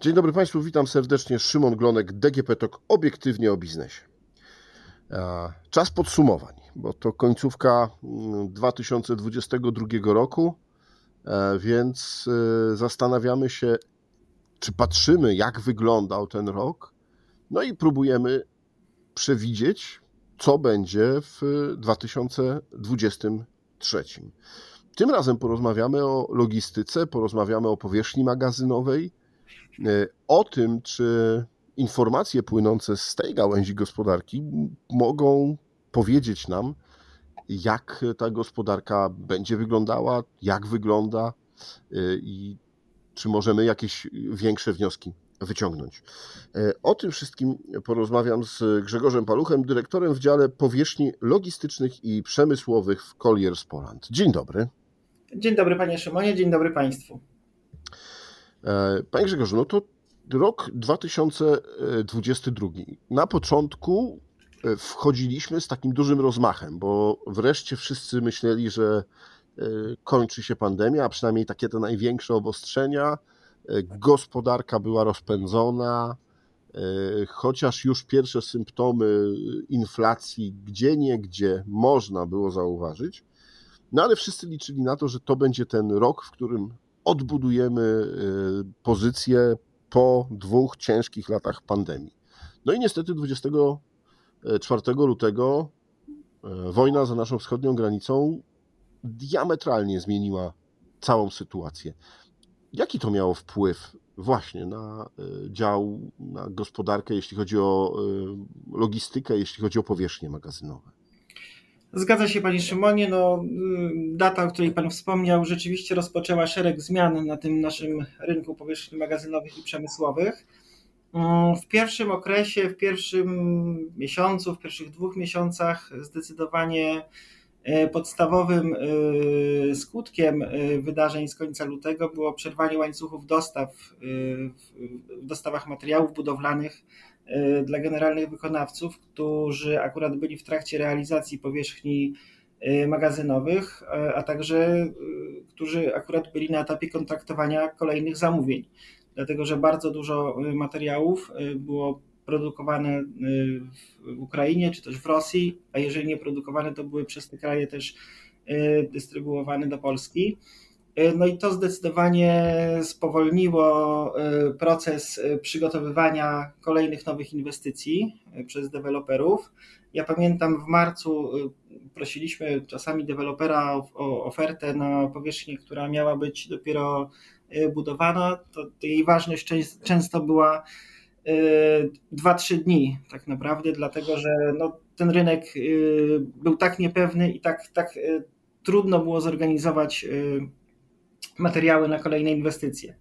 Dzień dobry Państwu, witam serdecznie. Szymon Glonek, DGP TOK, obiektywnie o biznesie. Czas podsumowań, bo to końcówka 2022 roku, więc zastanawiamy się, czy patrzymy, jak wyglądał ten rok, no i próbujemy przewidzieć, co będzie w 2023. Tym razem porozmawiamy o logistyce, porozmawiamy o powierzchni magazynowej, o tym, czy informacje płynące z tej gałęzi gospodarki mogą powiedzieć nam, jak ta gospodarka będzie wyglądała, jak wygląda i czy możemy jakieś większe wnioski wyciągnąć. O tym wszystkim porozmawiam z Grzegorzem Paluchem, dyrektorem w dziale powierzchni logistycznych i przemysłowych w Colliers Poland. Dzień dobry. Dzień dobry panie Szymonie, dzień dobry państwu. Panie Grzegorzu, no to rok 2022. Na początku wchodziliśmy z takim dużym rozmachem, bo wreszcie wszyscy myśleli, że kończy się pandemia, a przynajmniej takie te największe obostrzenia. Gospodarka była rozpędzona, chociaż już pierwsze symptomy inflacji gdzieniegdzie można było zauważyć. No ale wszyscy liczyli na to, że to będzie ten rok, w którym odbudujemy pozycję po 2 ciężkich latach pandemii. No i niestety 24 lutego wojna za naszą wschodnią granicą diametralnie zmieniła całą sytuację. Jaki to miało wpływ właśnie na dział, na gospodarkę, jeśli chodzi o logistykę, jeśli chodzi o powierzchnie magazynowe? Zgadza się panie Szymonie, data, o której pan wspomniał, rzeczywiście rozpoczęła szereg zmian na tym naszym rynku powierzchni magazynowych i przemysłowych. W pierwszym okresie, w pierwszym miesiącu, w pierwszych 2 miesiącach zdecydowanie podstawowym skutkiem wydarzeń z końca lutego było przerwanie łańcuchów dostaw w dostawach materiałów budowlanych dla generalnych wykonawców, którzy akurat byli w trakcie realizacji powierzchni magazynowych, a także którzy akurat byli na etapie kontraktowania kolejnych zamówień. Dlatego, że bardzo dużo materiałów było produkowane w Ukrainie czy też w Rosji, a jeżeli nie produkowane, to były przez te kraje też dystrybuowane do Polski. No i to zdecydowanie spowolniło proces przygotowywania kolejnych nowych inwestycji przez deweloperów. Ja pamiętam, w marcu prosiliśmy czasami dewelopera o ofertę na powierzchnię, która miała być dopiero budowana. To jej ważność często była 2-3 dni tak naprawdę, dlatego że ten rynek był tak niepewny i tak trudno było zorganizować materiały na kolejne inwestycje.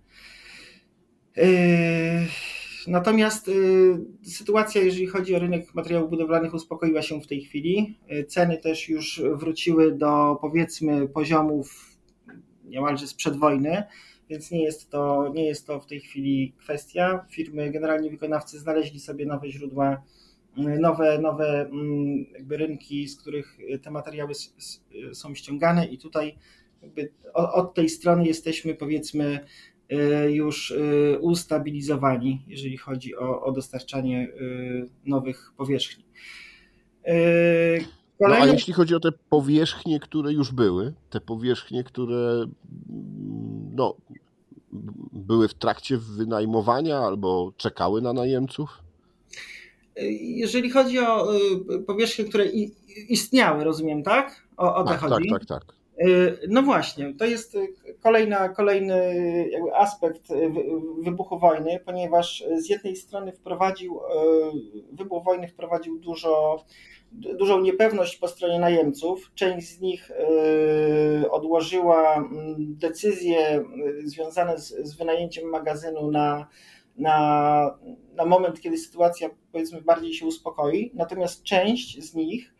Natomiast sytuacja, jeżeli chodzi o rynek materiałów budowlanych, uspokoiła się w tej chwili. Ceny też już wróciły do, powiedzmy, poziomów niemalże sprzed wojny, więc nie jest to w tej chwili kwestia. Firmy, generalnie wykonawcy znaleźli sobie nowe źródła, nowe jakby rynki, z których te materiały są ściągane i tutaj jakby od tej strony jesteśmy, powiedzmy, już ustabilizowani, jeżeli chodzi o dostarczanie nowych powierzchni. No a jeśli chodzi o te powierzchnie, które już były, te powierzchnie, które były w trakcie wynajmowania albo czekały na najemców? Jeżeli chodzi o powierzchnie, które istniały, rozumiem, tak? O to chodzi? Tak. No właśnie, to jest kolejny jakby aspekt wybuchu wojny, ponieważ z jednej strony wybuch wojny wprowadził dużą niepewność po stronie najemców. Część z nich odłożyła decyzje związane z wynajęciem magazynu na moment, kiedy sytuacja, powiedzmy, bardziej się uspokoi. Natomiast część z nich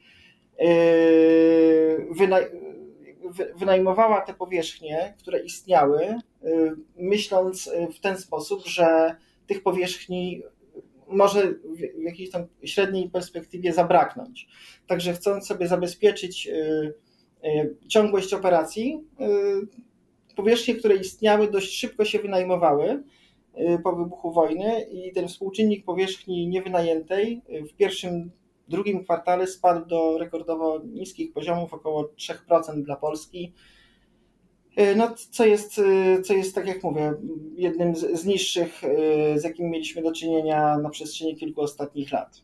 wynajmowała te powierzchnie, które istniały, myśląc w ten sposób, że tych powierzchni może w jakiejś tam średniej perspektywie zabraknąć. Także chcąc sobie zabezpieczyć ciągłość operacji, powierzchnie, które istniały, dość szybko się wynajmowały po wybuchu wojny i ten współczynnik powierzchni niewynajętej w drugim kwartale spadł do rekordowo niskich poziomów, około 3% dla Polski. No, co jest, tak jak mówię, jednym z niższych, z jakim mieliśmy do czynienia na przestrzeni kilku ostatnich lat.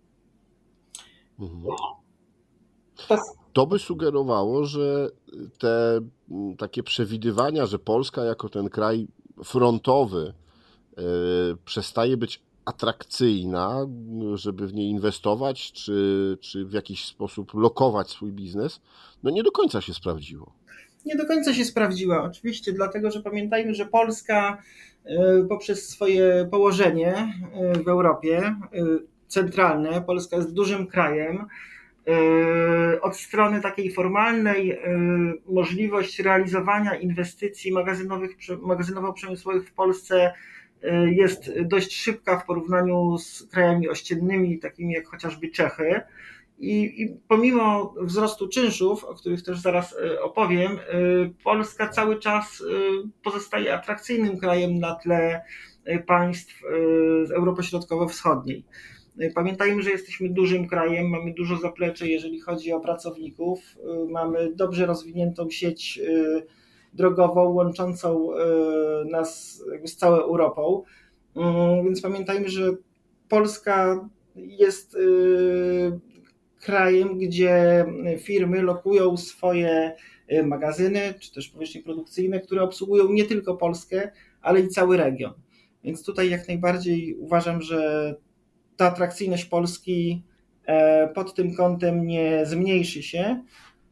Mhm. To by sugerowało, że te takie przewidywania, że Polska jako ten kraj frontowy przestaje być atrakcyjna, żeby w niej inwestować, czy w jakiś sposób lokować swój biznes, no nie do końca się sprawdziło. Nie do końca się sprawdziła, oczywiście, dlatego że pamiętajmy, że Polska poprzez swoje położenie w Europie centralne, Polska jest dużym krajem. Od strony takiej formalnej możliwość realizowania inwestycji magazynowo-przemysłowych w Polsce jest dość szybka w porównaniu z krajami ościennymi, takimi jak chociażby Czechy. I pomimo wzrostu czynszów, o których też zaraz opowiem, Polska cały czas pozostaje atrakcyjnym krajem na tle państw z Europy Środkowo-Wschodniej. Pamiętajmy, że jesteśmy dużym krajem, mamy dużo zaplecze, jeżeli chodzi o pracowników, mamy dobrze rozwiniętą sieć drogową łączącą nas z całą Europą, więc pamiętajmy, że Polska jest krajem, gdzie firmy lokują swoje magazyny, czy też powierzchnie produkcyjne, które obsługują nie tylko Polskę, ale i cały region. Więc tutaj jak najbardziej uważam, że ta atrakcyjność Polski pod tym kątem nie zmniejszy się.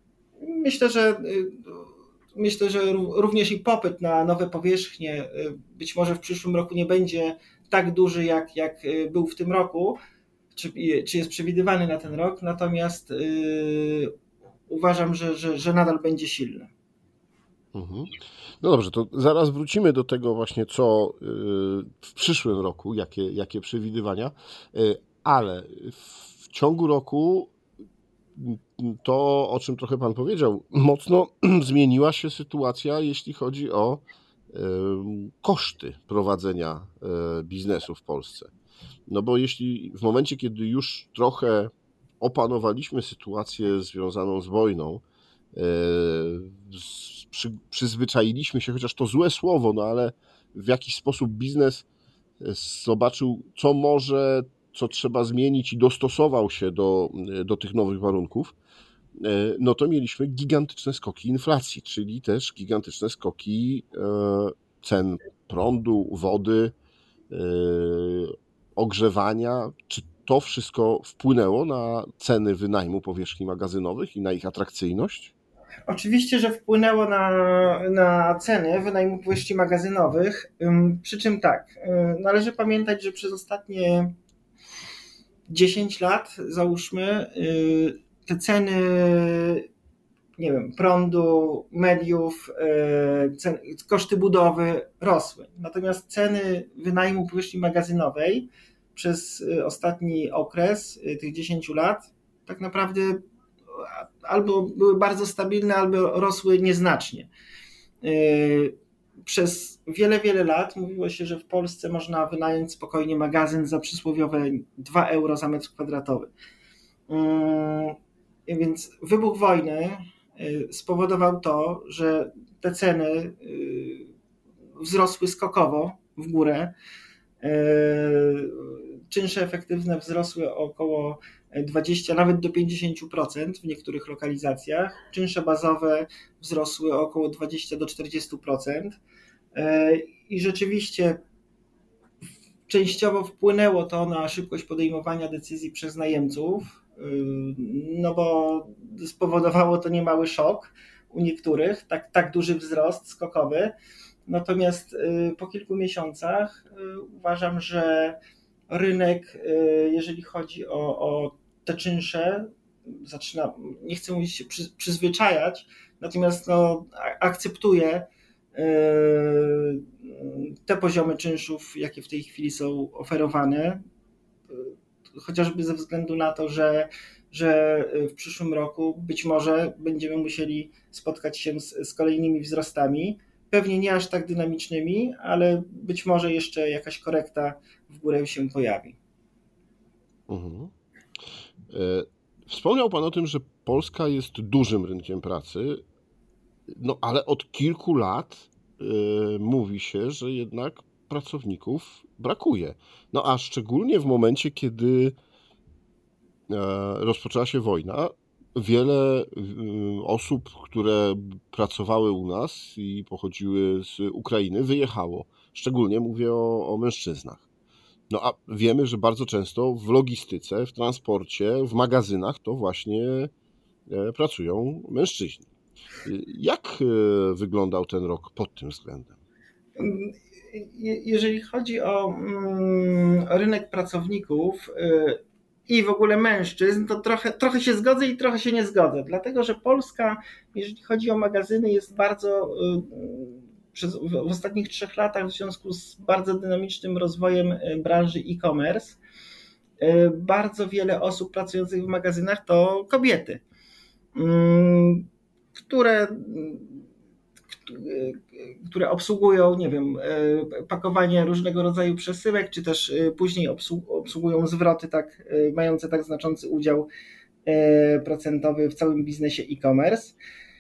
Myślę, że również i popyt na nowe powierzchnie być może w przyszłym roku nie będzie tak duży, jak był w tym roku, czy jest przewidywany na ten rok, natomiast uważam, że nadal będzie silny. Mhm. No dobrze, to zaraz wrócimy do tego właśnie, co w przyszłym roku, jakie przewidywania, ale w ciągu roku to, o czym trochę Pan powiedział, mocno zmieniła się sytuacja, jeśli chodzi o koszty prowadzenia biznesu w Polsce. No bo jeśli w momencie, kiedy już trochę opanowaliśmy sytuację związaną z wojną, przyzwyczailiśmy się, chociaż to złe słowo, no ale w jakiś sposób biznes zobaczył, co może, co trzeba zmienić i dostosował się do tych nowych warunków, no to mieliśmy gigantyczne skoki inflacji, czyli też gigantyczne skoki cen prądu, wody, ogrzewania. Czy to wszystko wpłynęło na ceny wynajmu powierzchni magazynowych i na ich atrakcyjność? Oczywiście, że wpłynęło na ceny wynajmu powierzchni magazynowych, przy czym tak, należy pamiętać, że przez ostatnie 10 lat, załóżmy, te ceny, nie wiem, prądu, mediów, koszty budowy rosły. Natomiast ceny wynajmu powierzchni magazynowej przez ostatni okres tych 10 lat tak naprawdę albo były bardzo stabilne, albo rosły nieznacznie. Przez wiele lat mówiło się, że w Polsce można wynająć spokojnie magazyn za przysłowiowe 2 euro za metr kwadratowy. Więc wybuch wojny spowodował to, że te ceny wzrosły skokowo w górę. Czynsze efektywne wzrosły o około 20, nawet do 50% w niektórych lokalizacjach. Czynsze bazowe wzrosły o około 20 do 40%. I rzeczywiście częściowo wpłynęło to na szybkość podejmowania decyzji przez najemców, no bo spowodowało to niemały szok u niektórych, tak duży wzrost skokowy. Natomiast po kilku miesiącach uważam, że rynek, jeżeli chodzi o te czynsze, zaczyna, nie chcę mówić się przyzwyczajać, natomiast akceptuje te poziomy czynszów, jakie w tej chwili są oferowane, chociażby ze względu na to, że w przyszłym roku być może będziemy musieli spotkać się z kolejnymi wzrostami, pewnie nie aż tak dynamicznymi, ale być może jeszcze jakaś korekta w górę się pojawi. Mhm. Wspomniał Pan o tym, że Polska jest dużym rynkiem pracy, no ale od kilku lat mówi się, że jednak pracowników brakuje. No a szczególnie w momencie, kiedy rozpoczęła się wojna, wiele osób, które pracowały u nas i pochodziły z Ukrainy, wyjechało. Szczególnie mówię o mężczyznach. No a wiemy, że bardzo często w logistyce, w transporcie, w magazynach to właśnie pracują mężczyźni. Jak wyglądał ten rok pod tym względem? Jeżeli chodzi o rynek pracowników i w ogóle mężczyzn, to trochę się zgodzę i trochę się nie zgodzę, dlatego że Polska, jeżeli chodzi o magazyny, jest bardzo w ostatnich 3 latach w związku z bardzo dynamicznym rozwojem branży e-commerce bardzo wiele osób pracujących w magazynach to kobiety, które obsługują, nie wiem, pakowanie różnego rodzaju przesyłek, czy też później obsługują zwroty mające tak znaczący udział procentowy w całym biznesie e-commerce.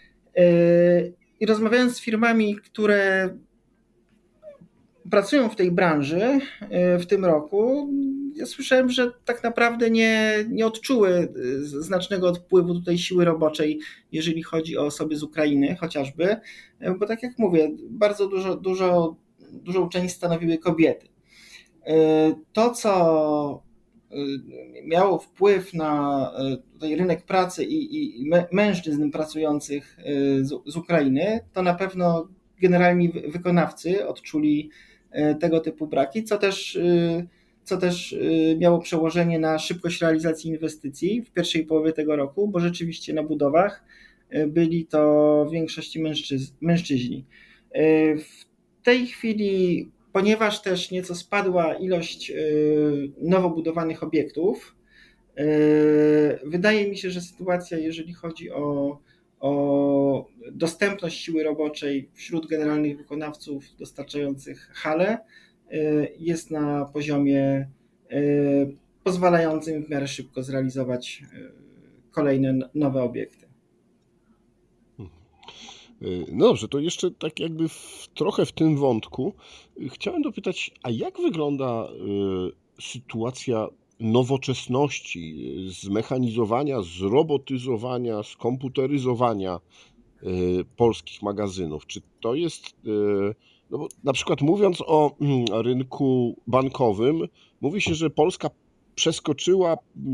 I rozmawiając z firmami, które pracują w tej branży w tym roku, ja słyszałem, że tak naprawdę nie odczuły znacznego odpływu tutaj siły roboczej, jeżeli chodzi o osoby z Ukrainy chociażby, bo tak jak mówię, bardzo dużą część stanowiły kobiety. To, co miało wpływ na tutaj rynek pracy i mężczyzn pracujących z Ukrainy, to na pewno generalni wykonawcy odczuli tego typu braki, co też miało przełożenie na szybkość realizacji inwestycji w pierwszej połowie tego roku, bo rzeczywiście na budowach byli to w większości mężczyźni. W tej chwili, ponieważ też nieco spadła ilość nowo budowanych obiektów, wydaje mi się, że sytuacja, jeżeli chodzi o dostępność siły roboczej wśród generalnych wykonawców dostarczających hale, jest na poziomie pozwalającym w miarę szybko zrealizować kolejne nowe obiekty. No dobrze, to jeszcze tak jakby trochę w tym wątku chciałem dopytać, a jak wygląda sytuacja nowoczesności, zmechanizowania, zrobotyzowania, skomputeryzowania polskich magazynów? Czy to jest, no bo na przykład mówiąc o rynku bankowym, mówi się, że Polska przeskoczyła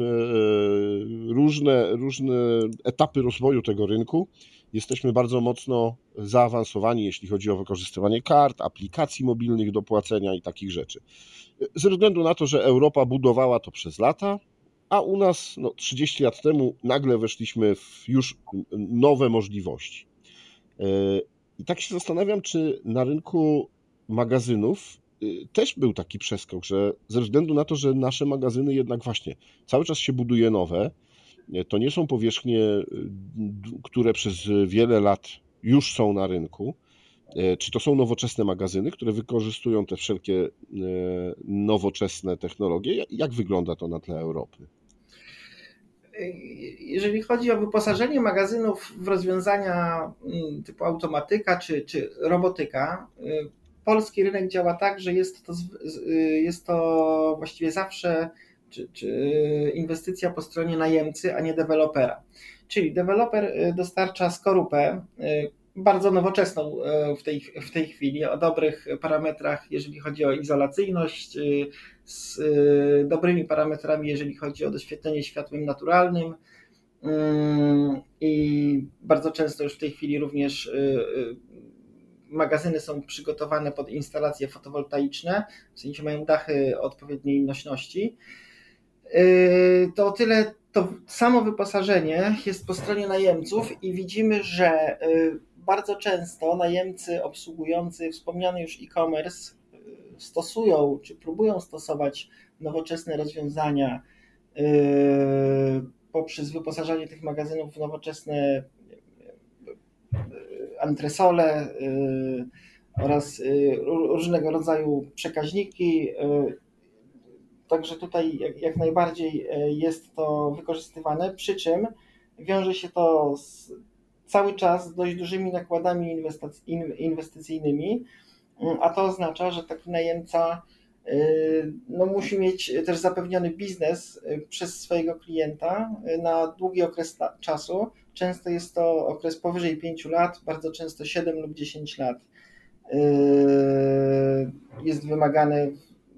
różne etapy rozwoju tego rynku. Jesteśmy bardzo mocno zaawansowani, jeśli chodzi o wykorzystywanie kart, aplikacji mobilnych do płacenia i takich rzeczy. Ze względu na to, że Europa budowała to przez lata, a u nas 30 lat temu nagle weszliśmy w już nowe możliwości. I tak się zastanawiam, czy na rynku magazynów też był taki przeskok, że ze względu na to, że nasze magazyny jednak właśnie cały czas się buduje nowe, to nie są powierzchnie, które przez wiele lat już są na rynku, czy to są nowoczesne magazyny, które wykorzystują te wszelkie nowoczesne technologie? Jak wygląda to na tle Europy? Jeżeli chodzi o wyposażenie magazynów w rozwiązania typu automatyka czy robotyka, polski rynek działa tak, że jest to właściwie zawsze czy inwestycja po stronie najemcy, a nie dewelopera. Czyli deweloper dostarcza skorupę, bardzo nowoczesną w tej chwili, o dobrych parametrach, jeżeli chodzi o izolacyjność, z dobrymi parametrami, jeżeli chodzi o doświetlenie światłem naturalnym i bardzo często już w tej chwili również magazyny są przygotowane pod instalacje fotowoltaiczne, w sensie mają dachy odpowiedniej nośności. To o tyle to samo wyposażenie jest po stronie najemców i widzimy, że bardzo często najemcy obsługujący wspomniany już e-commerce stosują czy próbują stosować nowoczesne rozwiązania poprzez wyposażanie tych magazynów w nowoczesne antresole oraz różnego rodzaju przekaźniki. Także tutaj jak najbardziej jest to wykorzystywane, przy czym wiąże się to cały czas z dość dużymi nakładami inwestycyjnymi, a to oznacza, że taki najemca musi mieć też zapewniony biznes przez swojego klienta na długi okres czasu. Często jest to okres powyżej 5 lat, bardzo często 7 lub 10 lat jest wymagane,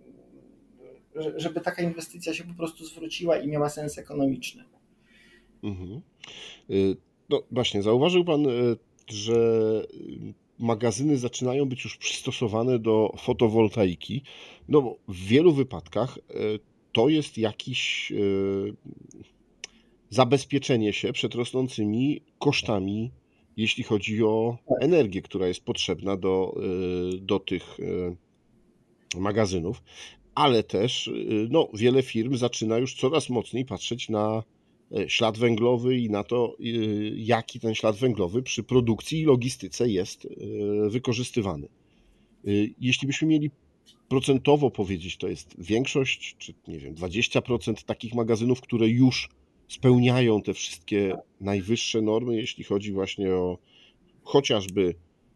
żeby taka inwestycja się po prostu zwróciła i miała sens ekonomiczny. Mhm. No właśnie, zauważył Pan, że magazyny zaczynają być już przystosowane do fotowoltaiki. No bo w wielu wypadkach to jest jakieś zabezpieczenie się przed rosnącymi kosztami, jeśli chodzi o energię, która jest potrzebna do tych magazynów, ale też wiele firm zaczyna już coraz mocniej patrzeć na ślad węglowy i na to, jaki ten ślad węglowy przy produkcji i logistyce jest wykorzystywany. Jeśli byśmy mieli procentowo powiedzieć, to jest większość, czy nie wiem, 20% takich magazynów, które już spełniają te wszystkie najwyższe normy, jeśli chodzi właśnie o chociażby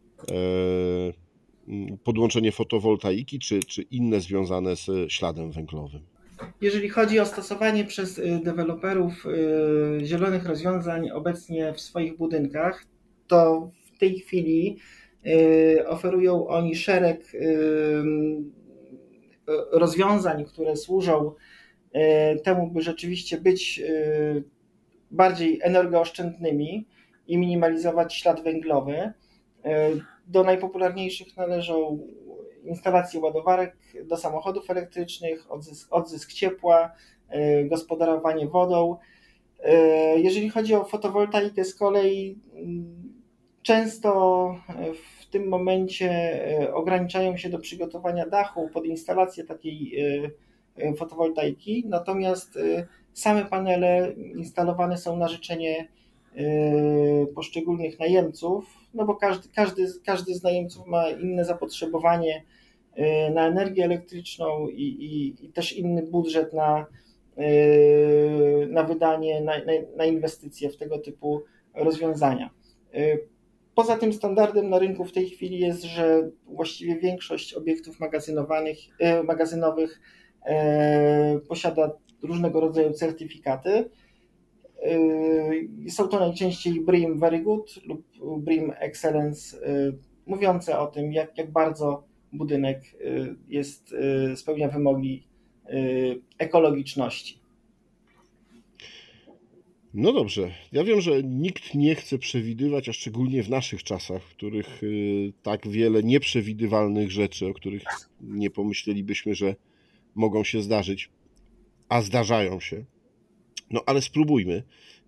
podłączenie fotowoltaiki, czy inne związane z śladem węglowym. Jeżeli chodzi o stosowanie przez deweloperów zielonych rozwiązań obecnie w swoich budynkach, to w tej chwili oferują oni szereg rozwiązań, które służą temu, by rzeczywiście być bardziej energooszczędnymi i minimalizować ślad węglowy. Do najpopularniejszych należą instalacje ładowarek do samochodów elektrycznych, odzysk ciepła, gospodarowanie wodą. Jeżeli chodzi o fotowoltaikę z kolei, często w tym momencie ograniczają się do przygotowania dachu pod instalację takiej fotowoltaiki, natomiast same panele instalowane są na życzenie poszczególnych najemców, no bo każdy z najemców ma inne zapotrzebowanie na energię elektryczną i też inny budżet na wydanie, na inwestycje w tego typu rozwiązania. Poza tym standardem na rynku w tej chwili jest, że właściwie większość obiektów magazynowych posiada różnego rodzaju certyfikaty. Są to najczęściej BREEAM Very Good lub BREEAM Excellence, mówiące o tym, jak bardzo budynek spełnia wymogi ekologiczności. No dobrze, ja wiem, że nikt nie chce przewidywać, a szczególnie w naszych czasach, w których tak wiele nieprzewidywalnych rzeczy, o których nie pomyślelibyśmy, że mogą się zdarzyć, a zdarzają się. No ale spróbujmy.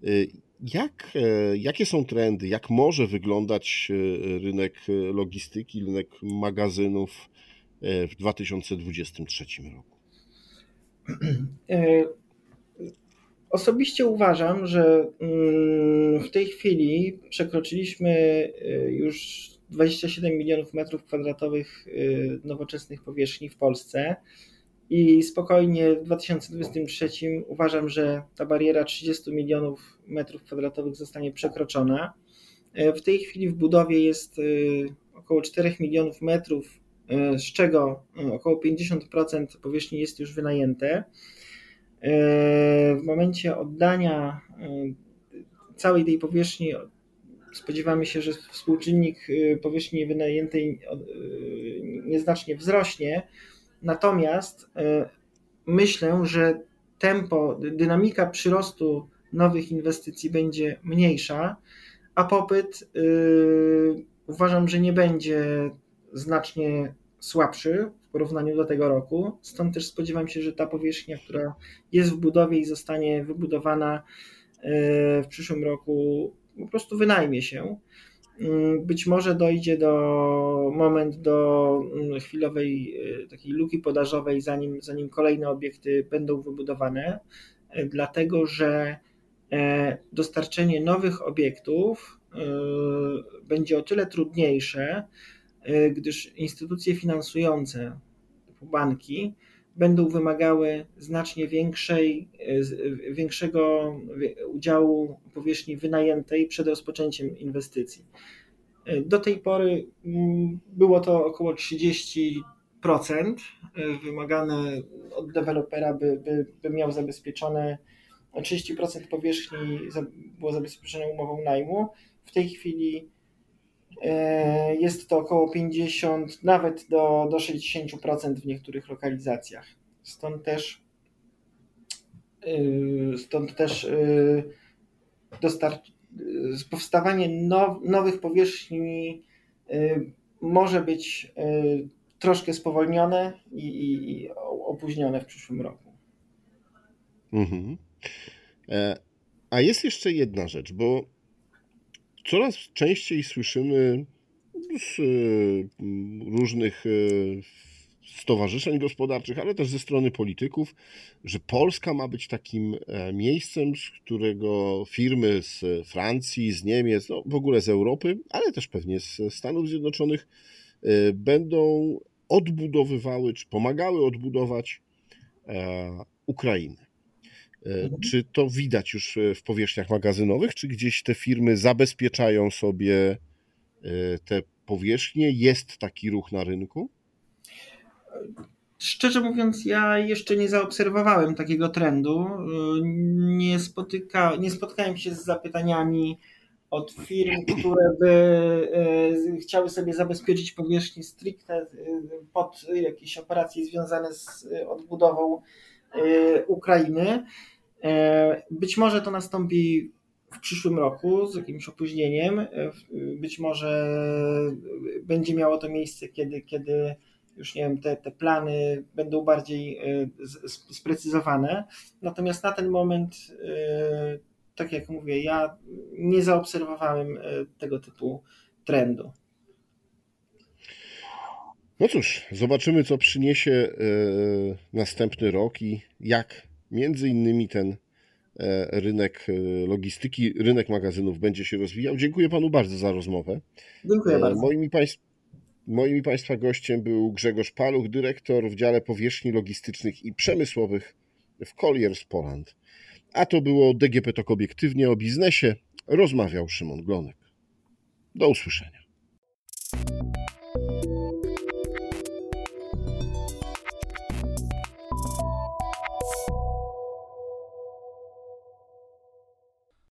Jakie są trendy? Jak może wyglądać rynek logistyki, rynek magazynów w 2023 roku? Osobiście uważam, że w tej chwili przekroczyliśmy już 27 milionów metrów kwadratowych nowoczesnych powierzchni w Polsce i spokojnie w 2023 uważam, że ta bariera 30 milionów metrów kwadratowych zostanie przekroczona. W tej chwili w budowie jest około 4 milionów metrów, z czego około 50% powierzchni jest już wynajęte. W momencie oddania całej tej powierzchni spodziewamy się, że współczynnik powierzchni wynajętej nieznacznie wzrośnie, natomiast myślę, że dynamika przyrostu nowych inwestycji będzie mniejsza, a popyt uważam, że nie będzie znacznie słabszy w porównaniu do tego roku. Stąd też spodziewam się, że ta powierzchnia, która jest w budowie i zostanie wybudowana w przyszłym roku, po prostu wynajmie się. Być może dojdzie do chwilowej takiej luki podażowej, zanim kolejne obiekty będą wybudowane, dlatego że dostarczenie nowych obiektów będzie o tyle trudniejsze, gdyż instytucje finansujące, typu banki, będą wymagały znacznie większego udziału powierzchni wynajętej przed rozpoczęciem inwestycji. Do tej pory było to około 30% wymagane od dewelopera, by miał zabezpieczone 30% powierzchni było zabezpieczone umową najmu. W tej chwili jest to około 50, nawet do 60% w niektórych lokalizacjach. Stąd też powstawanie nowych powierzchni może być troszkę spowolnione i opóźnione w przyszłym roku. Mhm. A jest jeszcze jedna rzecz, bo coraz częściej słyszymy z różnych stowarzyszeń gospodarczych, ale też ze strony polityków, że Polska ma być takim miejscem, z którego firmy z Francji, z Niemiec, no w ogóle z Europy, ale też pewnie z Stanów Zjednoczonych będą odbudowywały, czy pomagały odbudować Ukrainę. Czy to widać już w powierzchniach magazynowych, czy gdzieś te firmy zabezpieczają sobie te powierzchnie? Jest taki ruch na rynku? Szczerze mówiąc, ja jeszcze nie zaobserwowałem takiego trendu. Nie spotkałem się z zapytaniami od firm, które by chciały sobie zabezpieczyć powierzchnię stricte pod jakieś operacje związane z odbudową Ukrainy. Być może to nastąpi w przyszłym roku z jakimś opóźnieniem. Być może będzie miało to miejsce, kiedy już nie wiem, te plany będą bardziej sprecyzowane. Natomiast na ten moment, tak jak mówię, ja nie zaobserwowałem tego typu trendu. No cóż, zobaczymy, co przyniesie następny rok i jak między innymi ten rynek logistyki, rynek magazynów będzie się rozwijał. Dziękuję panu bardzo za rozmowę. Dziękuję bardzo. Moim i państwa gościem był Grzegorz Paluch, dyrektor w dziale powierzchni logistycznych i przemysłowych w Colliers Poland. A to było DGP TOK Obiektywnie o biznesie. Rozmawiał Szymon Glonek. Do usłyszenia.